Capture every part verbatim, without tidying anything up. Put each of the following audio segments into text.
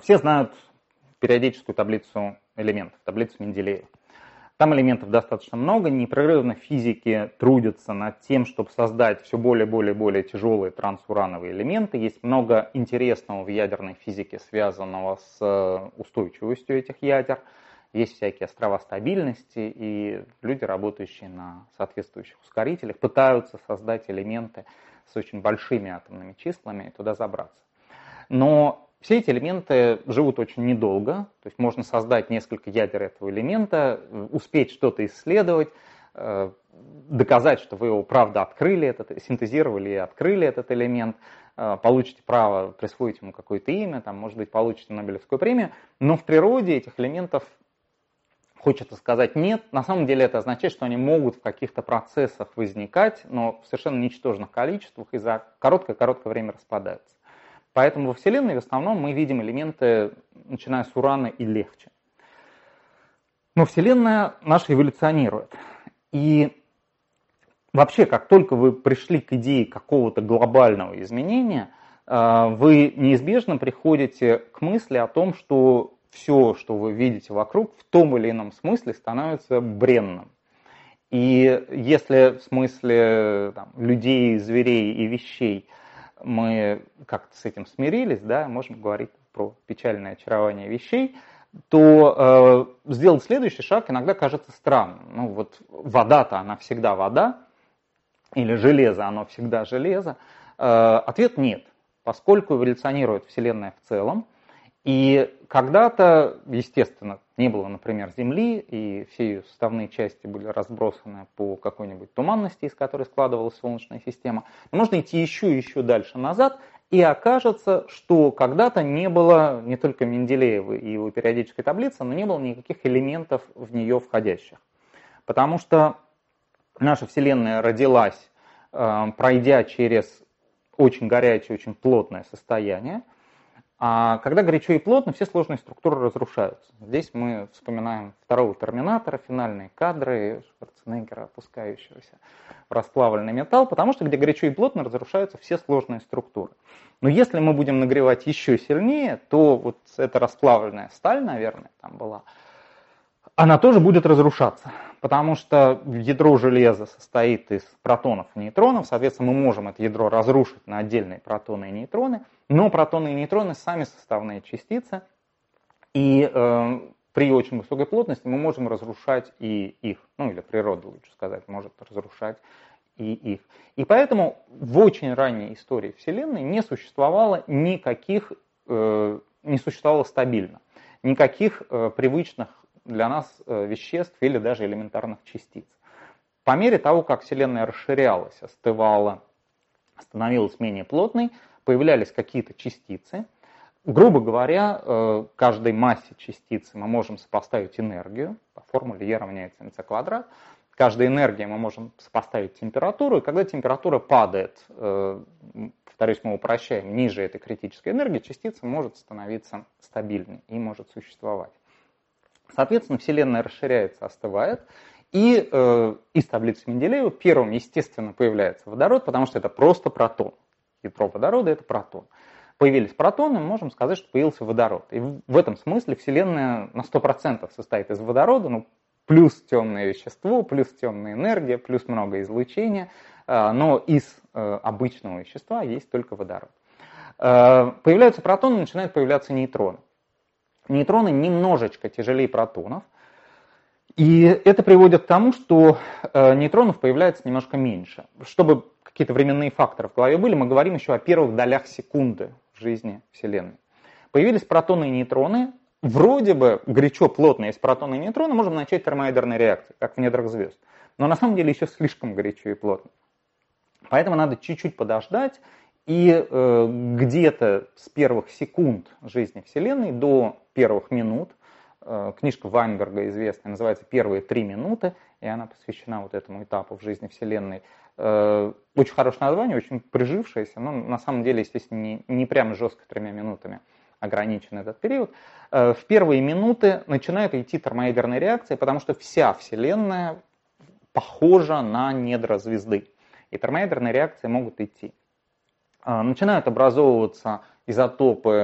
Все знают периодическую таблицу элементов, таблицу Менделеева. Там элементов достаточно много, непрерывно физики трудятся над тем, чтобы создать все более, более, более тяжелые трансурановые элементы. Есть много интересного в ядерной физике, связанного с устойчивостью этих ядер. Есть всякие острова стабильности, и люди, работающие на соответствующих ускорителях, пытаются создать элементы с очень большими атомными числами и туда забраться. Но все эти элементы живут очень недолго, то есть можно создать несколько ядер этого элемента, успеть что-то исследовать, доказать, что вы его правда открыли, этот, синтезировали и открыли этот элемент, получите право присвоить ему какое-то имя, там, может быть, получите Нобелевскую премию, но в природе этих элементов, хочется сказать, нет. На самом деле это означает, что они могут в каких-то процессах возникать, но в совершенно ничтожных количествах и за короткое-короткое время распадаются. Поэтому во Вселенной в основном мы видим элементы, начиная с урана и легче. Но Вселенная наша эволюционирует. И вообще, как только вы пришли к идее какого-то глобального изменения, вы неизбежно приходите к мысли о том, что все, что вы видите вокруг, в том или ином смысле становится бренным. И если в смысле там, людей, зверей и вещей мы как-то с этим смирились, да, можем говорить про печальное очарование вещей, то э, сделать следующий шаг иногда кажется странным. Ну вот вода-то она всегда вода, или железо, оно всегда железо. Э, ответ нет, поскольку эволюционирует Вселенная в целом, и когда-то, естественно, не было, например, Земли, и все ее составные части были разбросаны по какой-нибудь туманности, из которой складывалась Солнечная система. Но можно идти еще и еще дальше назад, и окажется, что когда-то не было не только Менделеева и его периодической таблицы, но не было никаких элементов в нее входящих. Потому что наша Вселенная родилась, пройдя через очень горячее, очень плотное состояние. А когда горячо и плотно, все сложные структуры разрушаются. Здесь мы вспоминаем второго Терминатора, финальные кадры Шварценеггера, опускающегося в расплавленный металл, потому что где горячо и плотно разрушаются все сложные структуры. Но если мы будем нагревать еще сильнее, то вот эта расплавленная сталь, наверное, там была, она тоже будет разрушаться, потому что ядро железа состоит из протонов и нейтронов, соответственно, мы можем это ядро разрушить на отдельные протоны и нейтроны, но протоны и нейтроны сами составные частицы, и э, при очень высокой плотности мы можем разрушать и их, ну или природа, лучше сказать, может разрушать и их. И поэтому в очень ранней истории Вселенной не существовало никаких, э, не существовало стабильно, никаких э, привычных для нас веществ или даже элементарных частиц. По мере того, как Вселенная расширялась, остывала, становилась менее плотной, появлялись какие-то частицы. Грубо говоря, каждой массе частицы мы можем сопоставить энергию. По формуле E равняется mc квадрат. Каждой энергии мы можем сопоставить температуру. И когда температура падает, повторюсь, мы упрощаем, ниже этой критической энергии, частица может становиться стабильной и может существовать. Соответственно, Вселенная расширяется, остывает, и э, из таблицы Менделеева первым, естественно, появляется водород, потому что это просто протон. Ядро водорода – это протон. Появились протоны, мы можем сказать, что появился водород. И в этом смысле Вселенная на сто процентов состоит из водорода, ну, плюс темное вещество, плюс темная энергия, плюс много излучения, э, но из э, обычного вещества есть только водород. Э, появляются протоны, начинают появляться нейтроны. Нейтроны немножечко тяжелее протонов, и это приводит к тому, что нейтронов появляется немножко меньше. Чтобы какие-то временные факторы в голове были, мы говорим еще о первых долях секунды в жизни Вселенной. Появились протоны и нейтроны, вроде бы горячо, плотно из протона и нейтрона можем начать термоядерные реакции, как в недрах звезд, но на самом деле еще слишком горячо и плотно. Поэтому надо чуть-чуть подождать, и э, где-то с первых секунд жизни Вселенной до первых минут, э, книжка Вайнберга известная, называется «Первые три минуты», и она посвящена вот этому этапу в жизни Вселенной. Э, очень хорошее название, очень прижившееся, но на самом деле, естественно, не, не прям жестко тремя минутами ограничен этот период. Э, в первые минуты начинает идти термоядерная реакция, потому что вся Вселенная похожа на недра звезды, и термоядерные реакции могут идти. Начинают образовываться изотопы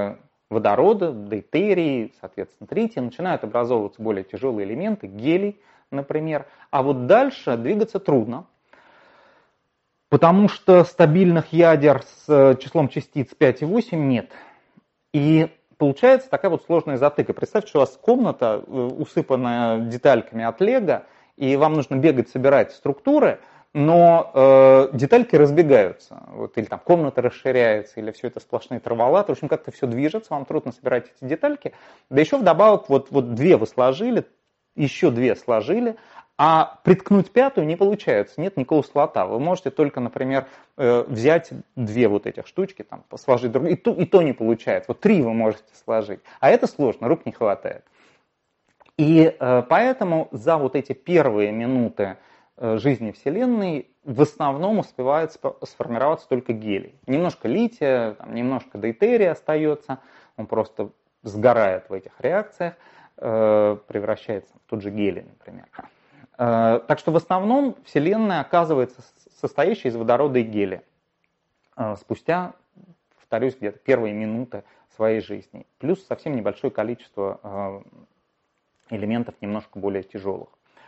водорода, дейтерий, соответственно, тритий, начинают образовываться более тяжелые элементы, гелий, например. А вот дальше двигаться трудно, потому что стабильных ядер с числом частиц пять и восемь нет. И получается такая вот сложная затыка. Представьте, что у вас комната, усыпанная детальками от лего, и вам нужно бегать, собирать структуры, но э, детальки разбегаются. Вот, или там комната расширяется, или все это сплошные траволаты. В общем, как-то все движется, вам трудно собирать эти детальки. Да еще вдобавок, вот, вот две вы сложили, еще две сложили, а приткнуть пятую не получается, нет никакого слота. Вы можете только, например, взять две вот этих штучки, там, сложить друг, и то, и то не получается. Вот три вы можете сложить, а это сложно, рук не хватает. И поэтому за вот эти первые минуты жизни Вселенной в основном успевает сформироваться только гелий. Немножко лития, там, немножко дейтерия остается, он просто сгорает в этих реакциях, превращается в тот же гелий, например. Так что в основном Вселенная оказывается состоящей из водорода и гелия спустя, повторюсь, где-то первые минуты своей жизни. Плюс совсем небольшое количество элементов немножко более тяжелых.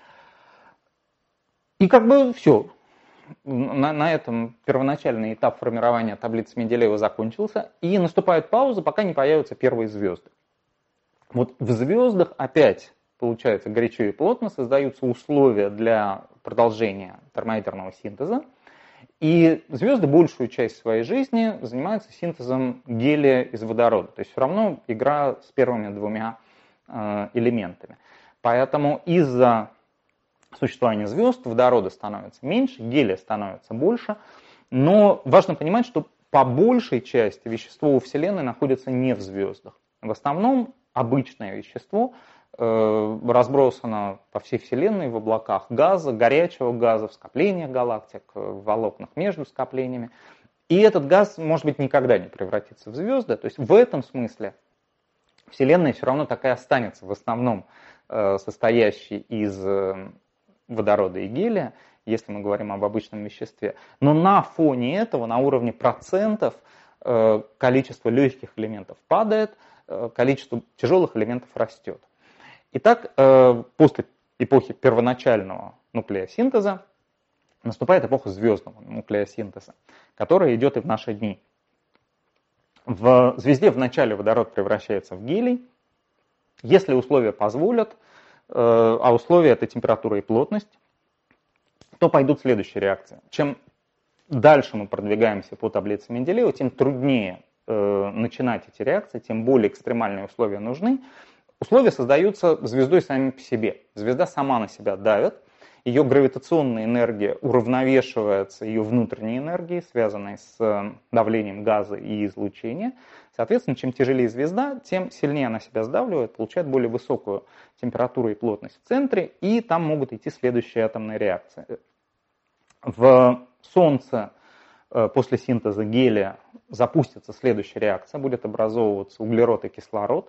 И как бы все. На, на этом первоначальный этап формирования таблицы Менделеева закончился, и наступает пауза, пока не появятся первые звезды. Вот в звездах опять получается горячо и плотно, создаются условия для продолжения термоядерного синтеза, и звезды большую часть своей жизни занимаются синтезом гелия из водорода. То есть все равно игра с первыми двумя э, элементами. Поэтому из-за существования звезд водорода становится меньше, гелия становится больше, но важно понимать, что по большей части вещество у Вселенной находится не в звездах. В основном обычное вещество разбросано по всей Вселенной в облаках газа, горячего газа, в скоплениях галактик, в волокнах между скоплениями. И этот газ, может быть, никогда не превратится в звезды. То есть в этом смысле Вселенная все равно такая останется, в основном состоящей из водорода и гелия, если мы говорим об обычном веществе. Но на фоне этого, на уровне процентов, количество легких элементов падает, количество тяжелых элементов растет. Итак, после эпохи первоначального нуклеосинтеза наступает эпоха звездного нуклеосинтеза, которая идет и в наши дни. В звезде вначале водород превращается в гелий. Если условия позволят, а условия это температура и плотность, то пойдут следующие реакции. Чем дальше мы продвигаемся по таблице Менделеева, тем труднее начинать эти реакции, тем более экстремальные условия нужны. Условия создаются звездой сами по себе. Звезда сама на себя давит, ее гравитационная энергия уравновешивается ее внутренней энергией, связанной с давлением газа и излучения. Соответственно, чем тяжелее звезда, тем сильнее она себя сдавливает, получает более высокую температуру и плотность в центре, и там могут идти следующие атомные реакции. В Солнце после синтеза гелия запустится следующая реакция, будет образовываться углерод и кислород.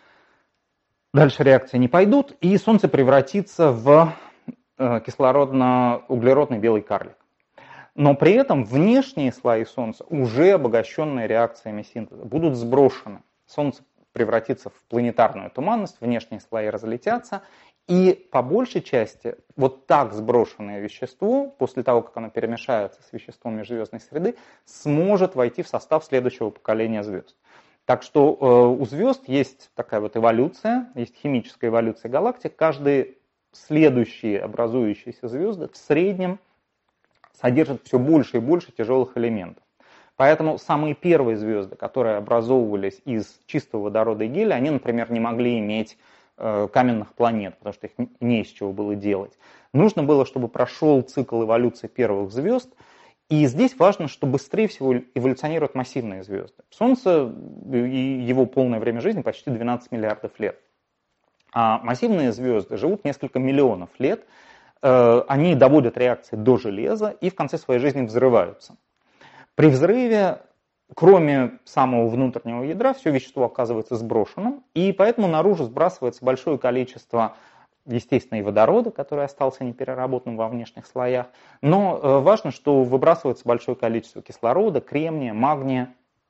Дальше реакции не пойдут, и Солнце превратится в кислородно-углеродный белый карлик. Но при этом внешние слои Солнца, уже обогащенные реакциями синтеза, будут сброшены. Солнце превратится в планетарную туманность, внешние слои разлетятся, и по большей части вот так сброшенное вещество, после того, как оно перемешается с веществом межзвездной среды, сможет войти в состав следующего поколения звезд. Так что э, у звезд есть такая вот эволюция, есть химическая эволюция галактик. Каждые следующие образующиеся звезды в среднем содержат все больше и больше тяжелых элементов. Поэтому самые первые звезды, которые образовывались из чистого водорода и гелия, они, например, не могли иметь э, каменных планет, потому что их не из чего было делать. Нужно было, чтобы прошел цикл эволюции первых звезд. И здесь важно, что быстрее всего эволюционируют массивные звезды. Солнце и его полное время жизни почти двенадцать миллиардов лет. А массивные звезды живут несколько миллионов лет, они доводят реакции до железа и в конце своей жизни взрываются. При взрыве, кроме самого внутреннего ядра, все вещество оказывается сброшенным, и поэтому наружу сбрасывается большое количество, естественно, и водорода, который остался непереработанным во внешних слоях. Но важно, что выбрасывается большое количество кислорода, кремния, магния.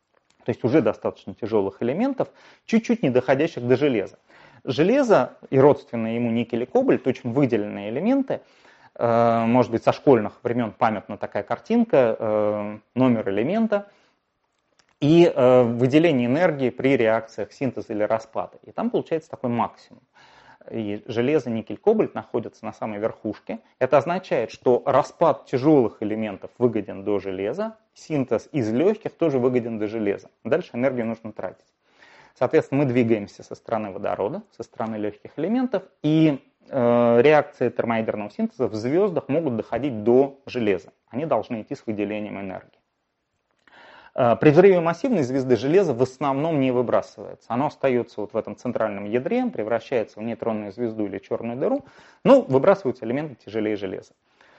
то есть уже достаточно тяжелых элементов, чуть-чуть не доходящих до железа. Железо и родственные ему никель и кобальт, очень выделенные элементы, может быть, со школьных времен памятна такая картинка, номер элемента и выделение энергии при реакциях синтеза или распада. И там получается такой максимум. И железо, никель, кобальт находятся на самой верхушке. Это означает, что распад тяжелых элементов выгоден до железа, синтез из легких тоже выгоден до железа. Дальше энергию нужно тратить. Соответственно, мы двигаемся со стороны водорода, со стороны легких элементов, и э, реакции термоядерного синтеза в звездах могут доходить до железа. Они должны идти с выделением энергии. При взрыве массивной звезды железо в основном не выбрасывается. Оно остается вот в этом центральном ядре, превращается в нейтронную звезду или черную дыру, но выбрасываются элементы тяжелее железа.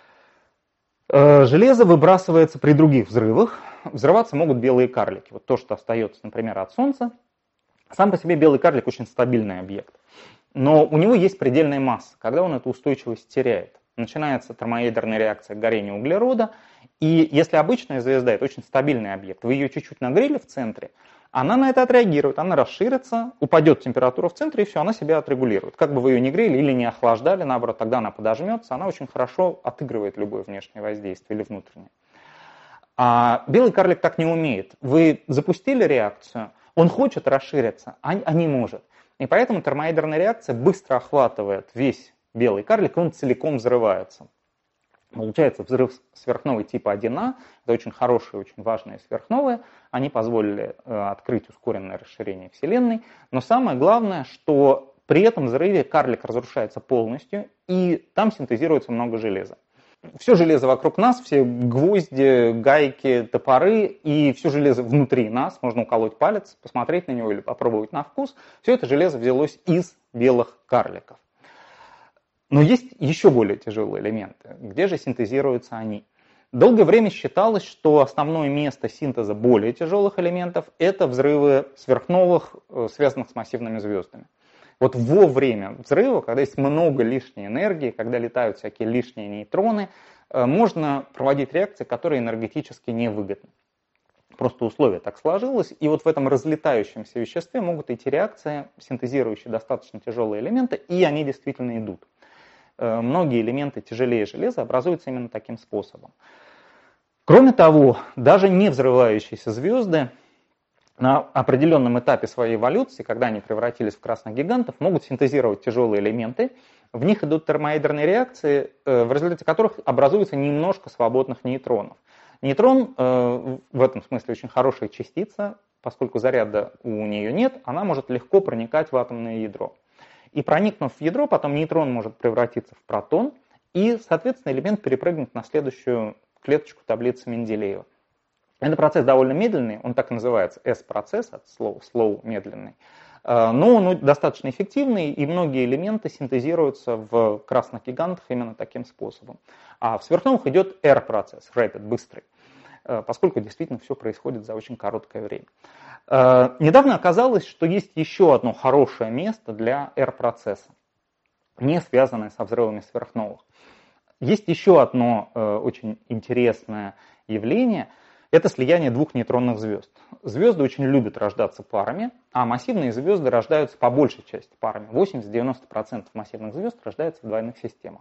Железо выбрасывается при других взрывах. Взрываться могут белые карлики. Вот то, что остается, например, от Солнца. Сам по себе белый карлик очень стабильный объект. Но у него есть предельная масса, когда он эту устойчивость теряет. Начинается термоядерная реакция горения углерода. И если обычная звезда – это очень стабильный объект, вы ее чуть-чуть нагрели в центре, она на это отреагирует, она расширится, упадет температура в центре, и все, она себя отрегулирует. Как бы вы ее не грели или не охлаждали, наоборот, тогда она подожмется, она очень хорошо отыгрывает любое внешнее воздействие или внутреннее. А белый карлик так не умеет. Вы запустили реакцию, он хочет расшириться, а не может. И поэтому термоядерная реакция быстро охватывает весь белый карлик, и он целиком взрывается. Получается взрыв сверхновой типа один А, это очень хорошие, очень важные сверхновые, они позволили э, открыть ускоренное расширение Вселенной, но самое главное, что при этом взрыве карлик разрушается полностью, и там синтезируется много железа. Все железо вокруг нас, все гвозди, гайки, топоры и все железо внутри нас, можно уколоть палец, посмотреть на него или попробовать на вкус, все это железо взялось из белых карликов. Но есть еще более тяжелые элементы. Где же синтезируются они? Долгое время считалось, что основное место синтеза более тяжелых элементов – это взрывы сверхновых, связанных с массивными звездами. Вот во время взрыва, когда есть много лишней энергии, когда летают всякие лишние нейтроны, можно проводить реакции, которые энергетически невыгодны. Просто условие так сложилось, и вот в этом разлетающемся веществе могут идти реакции, синтезирующие достаточно тяжелые элементы, и они действительно идут. Многие элементы тяжелее железа образуются именно таким способом. Кроме того, даже не взрывающиеся звезды на определенном этапе своей эволюции, когда они превратились в красных гигантов, могут синтезировать тяжелые элементы. В них идут термоядерные реакции, в результате которых образуется немножко свободных нейтронов. Нейтрон в этом смысле очень хорошая частица, поскольку заряда у нее нет, она может легко проникать в атомное ядро. И проникнув в ядро, потом нейтрон может превратиться в протон, и, соответственно, элемент перепрыгнет на следующую клеточку таблицы Менделеева. Этот процесс довольно медленный, он так и называется S-процесс, от слова slow, медленный. Но он достаточно эффективный, и многие элементы синтезируются в красных гигантах именно таким способом. А в сверхновых идет R-процесс, rapid, быстрый, поскольку действительно все происходит за очень короткое время. Недавно оказалось, что есть еще одно хорошее место для R-процесса, не связанное со взрывами сверхновых. Есть еще одно очень интересное явление – это слияние двух нейтронных звезд. Звезды очень любят рождаться парами, а массивные звезды рождаются по большей части парами. восемьдесят-девяносто процентов массивных звезд рождаются в двойных системах.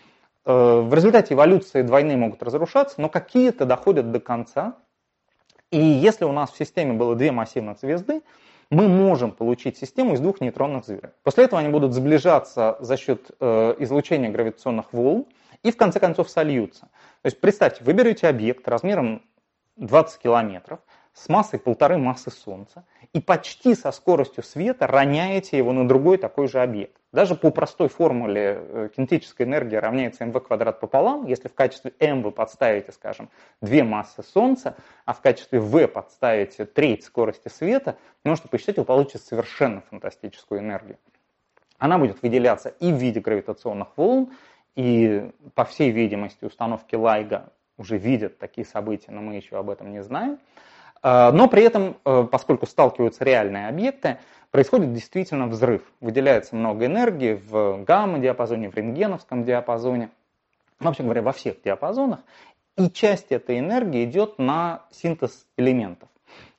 В результате эволюции двойные могут разрушаться, но какие-то доходят до конца. И если у нас в системе было две массивных звезды, мы можем получить систему из двух нейтронных звезд. После этого они будут сближаться за счет излучения гравитационных волн и в конце концов сольются. То есть представьте, вы берете объект размером двадцать километров с массой полторы массы Солнца и почти со скоростью света роняете его на другой такой же объект. Даже по простой формуле кинетическая энергия равняется эм вэ квадрат пополам. Если в качестве m вы подставите, скажем, две массы Солнца, а в качестве v подставите треть скорости света, можете посчитать, вы получите совершенно фантастическую энергию. Она будет выделяться и в виде гравитационных волн, и, по всей видимости, установки Лайга уже видят такие события, но мы еще об этом не знаем. Но при этом, поскольку сталкиваются реальные объекты, происходит действительно взрыв. Выделяется много энергии в гамма-диапазоне, в рентгеновском диапазоне, вообще говоря, во всех диапазонах. И часть этой энергии идет на синтез элементов.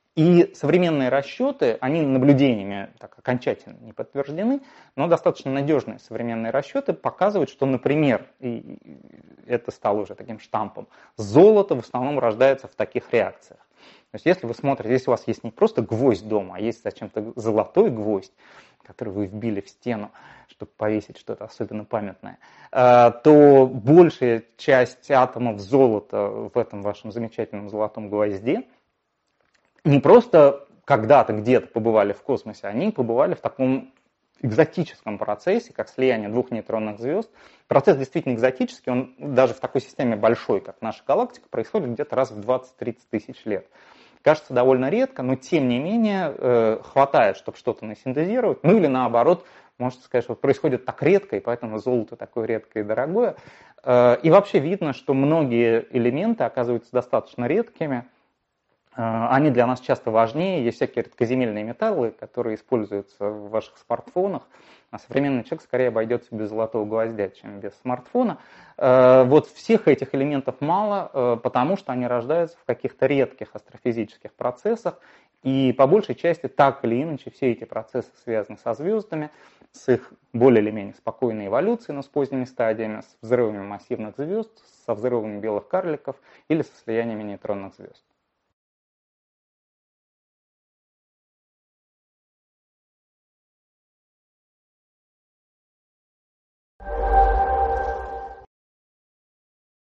И современные расчеты, они наблюдениями так окончательно не подтверждены, но достаточно надежные современные расчеты показывают, что, например, и это стало уже таким штампом, золото в основном рождается в таких реакциях. То есть если вы смотрите, если у вас есть не просто гвоздь дома, а есть зачем-то золотой гвоздь, который вы вбили в стену, чтобы повесить что-то особенно памятное, то большая часть атомов золота в этом вашем замечательном золотом гвозде не просто когда-то где-то побывали в космосе, они побывали в таком экзотическом процессе, как слияние двух нейтронных звезд. Процесс действительно экзотический, он даже в такой системе большой, как наша галактика, происходит где-то раз в двадцать-тридцать тысяч лет. Кажется довольно редко, но тем не менее э, хватает, чтобы что-то насинтезировать. Ну или наоборот, можно сказать, что происходит так редко, и поэтому золото такое редкое и дорогое. Э, и вообще видно, что многие элементы оказываются достаточно редкими. Они для нас часто важнее. Есть всякие редкоземельные металлы, которые используются в ваших смартфонах. А современный человек скорее обойдется без золотого гвоздя, чем без смартфона. Вот всех этих элементов мало, потому что они рождаются в каких-то редких астрофизических процессах. И по большей части так или иначе все эти процессы связаны со звездами, с их более или менее спокойной эволюцией, но с поздними стадиями, с взрывами массивных звезд, со взрывами белых карликов или со слияниями нейтронных звезд.